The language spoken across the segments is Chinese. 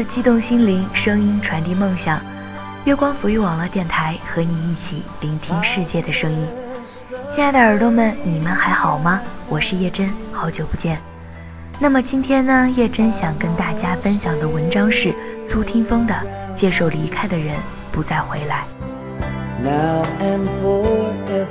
激动心灵，声音传递梦想。月光浮育网络电台和你一起聆听世界的声音。亲爱的耳朵们，你们还好吗？我是叶真，好久不见。那么今天呢，叶真想跟大家分享的文章是苏听风的《接受离开的人不再回来》。 Now and forever,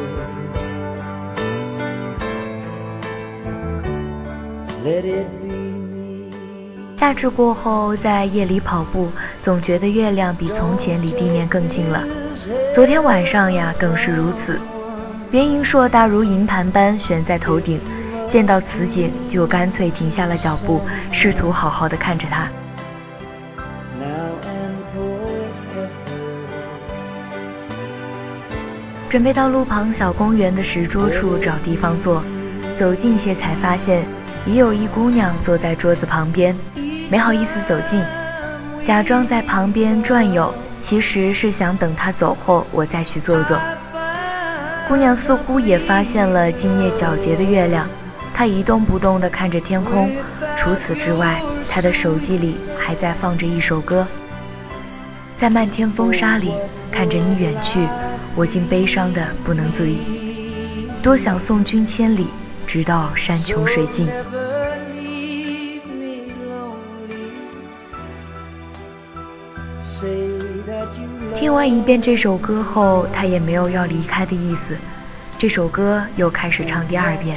let it be me. 夏至过后，在夜里跑步，总觉得月亮比从前离地面更近了。昨天晚上呀，更是如此。圆盈硕大如营盘般悬在头顶，见到此景，就干脆停下了脚步，试图好好的看着它。准备到路旁小公园的石桌处找地方坐，走近些才发现已有一姑娘坐在桌子旁边，没好意思走近，假装在旁边转悠，其实是想等她走后我再去坐坐。姑娘似乎也发现了今夜皎洁的月亮，她一动不动地看着天空，除此之外，她的手机里还在放着一首歌。在漫天风沙里看着你远去，我竟悲伤得不能自已，多想送君千里，直到山穷水尽。听完一遍这首歌后，他也没有要离开的意思。这首歌又开始唱第二遍。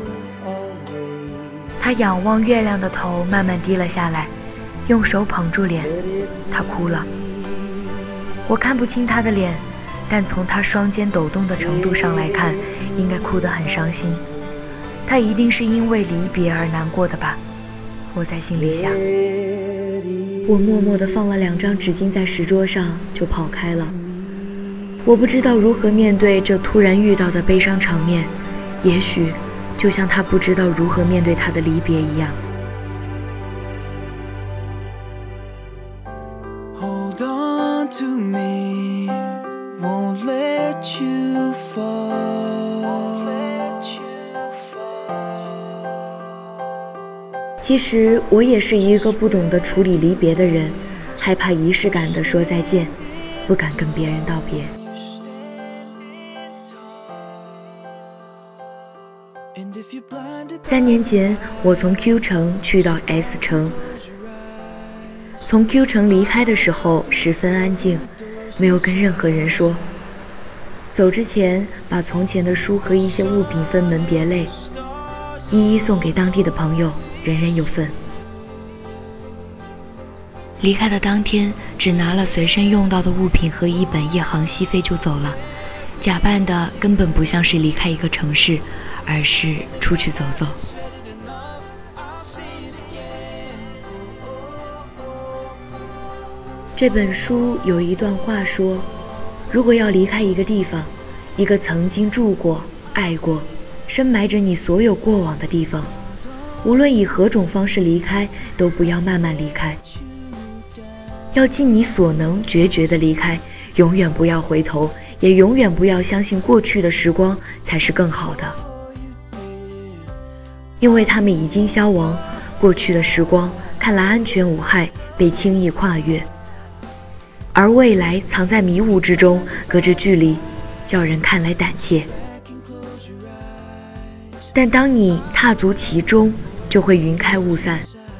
他仰望月亮的头慢慢低了下来，用手捧住脸，他哭了。我看不清他的脸，但从他双肩抖动的程度上来看，应该哭得很伤心。他一定是因为离别而难过的吧，我在心里想。我默默地放了2张纸巾在石桌上，就跑开了。我不知道如何面对这突然遇到的悲伤场面，也许就像他不知道如何面对他的离别一样。 Hold on to me, won't let you fall. 其实我也是一个不懂得处理离别的人，害怕仪式感地说再见，不敢跟别人道别。3年前，我从 Q 城去到 S 城。从 Q 城离开的时候十分安静，没有跟任何人说。走之前，把从前的书和一些物品分门别类，一一送给当地的朋友，人人有份。离开的当天，只拿了随身用到的物品和一本夜航西飞就走了，假扮的根本不像是离开一个城市，而是出去走走。这本书有一段话说，如果要离开一个地方，一个曾经住过、爱过、深埋着你所有过往的地方，无论以何种方式离开，都不要慢慢离开，要尽你所能决绝地离开，永远不要回头，也永远不要相信过去的时光才是更好的，因为他们已经消亡，过去的时光看来安全无害，被轻易跨越，而未来藏在迷雾之中，隔着距离，叫人看来胆怯。但当你踏足其中，就会云开雾散。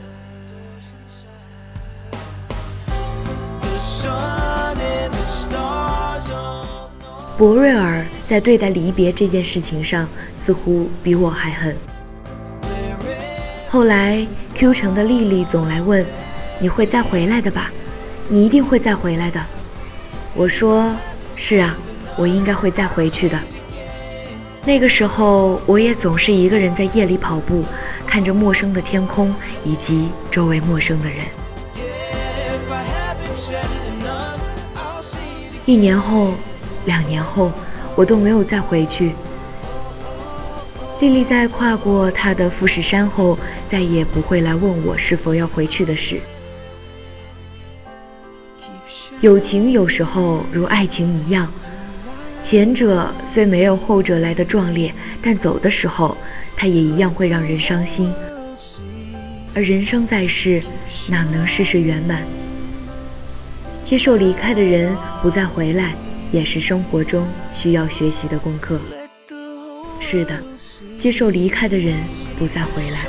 博瑞尔在对待离别这件事情上，似乎比我还狠。后来 Q 城的丽丽总来问，你会再回来的吧？你一定会再回来的。我说，是啊，我应该会再回去的。那个时候，我也总是一个人在夜里跑步，看着陌生的天空以及周围陌生的人。1年后、2年后，我都没有再回去。丽丽在跨过她的富士山后，再也不会来问我是否要回去的事。友情有时候如爱情一样，前者虽没有后者来的壮烈，但走的时候，它也一样会让人伤心。 而人生在世，哪能事事圆满？接受离开的人不再回来，也是生活中需要学习的功课。是的，接受离开的人不再回来。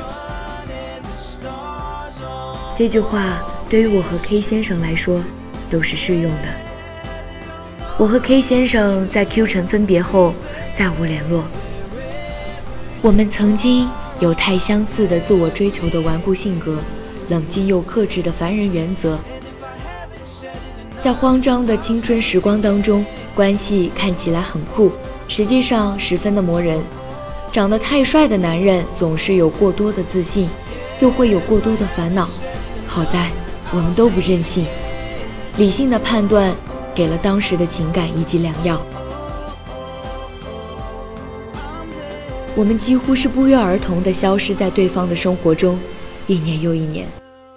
这句话对于我和 K 先生来说都是适用的。我和 K 先生在 Q 城分别后再无联络。我们曾经有太相似的自我追求的顽固性格，冷静又克制的凡人原则。在慌张的青春时光当中，关系看起来很酷，实际上十分的磨人。长得太帅的男人总是有过多的自信，又会有过多的烦恼。好在我们都不任性，理性的判断给了当时的情感以及良药。我们几乎是不约而同地消失在对方的生活中，一年又一年。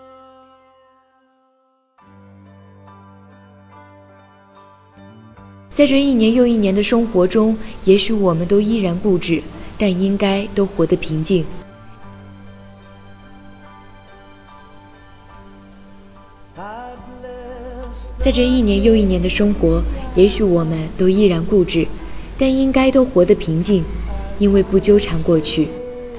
在这一年又一年的生活中，也许我们都依然固执，但应该都活得平静。在这一年又一年的生活，也许我们都依然固执，但应该都活得平静，因为不纠缠过去。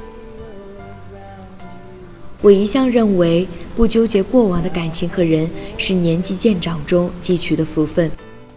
我一向认为，不纠结过往的感情和人，是年纪渐长中汲取的福分。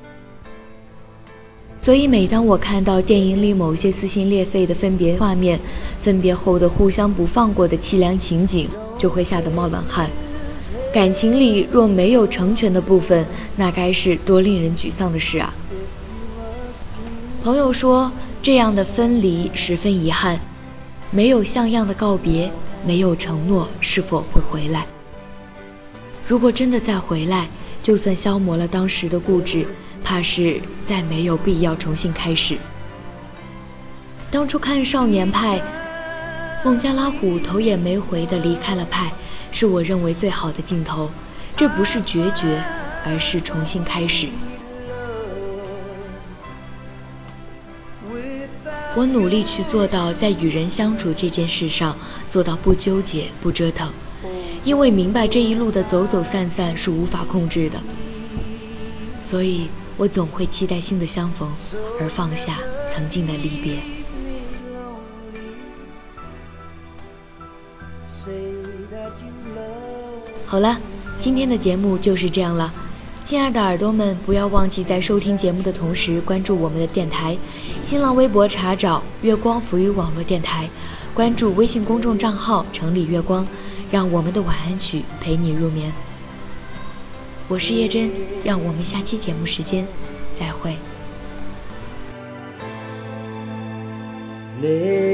所以每当我看到电影里某些撕心裂肺的分别画面，分别后的互相不放过的凄凉情景，就会吓得冒冷汗。感情里若没有成全的部分，那该是多令人沮丧的事啊。朋友说，这样的分离十分遗憾，没有像样的告别，没有承诺是否会回来。如果真的再回来，就算消磨了当时的固执，怕是再没有必要重新开始。当初看少年派，孟加拉虎头也没回地离开了派，是我认为最好的镜头。这不是决绝，而是重新开始。我努力去做到在与人相处这件事上做到不纠结不折腾，因为明白这一路的走走散散是无法控制的，所以我总会期待新的相逢，而放下曾经的离别。好了，今天的节目就是这样了。亲爱的耳朵们，不要忘记在收听节目的同时关注我们的电台，新浪微博查找月光浮语网络电台，关注微信公众账号城里月光，让我们的晚安曲陪你入眠。我是叶真，让我们下期节目时间再会。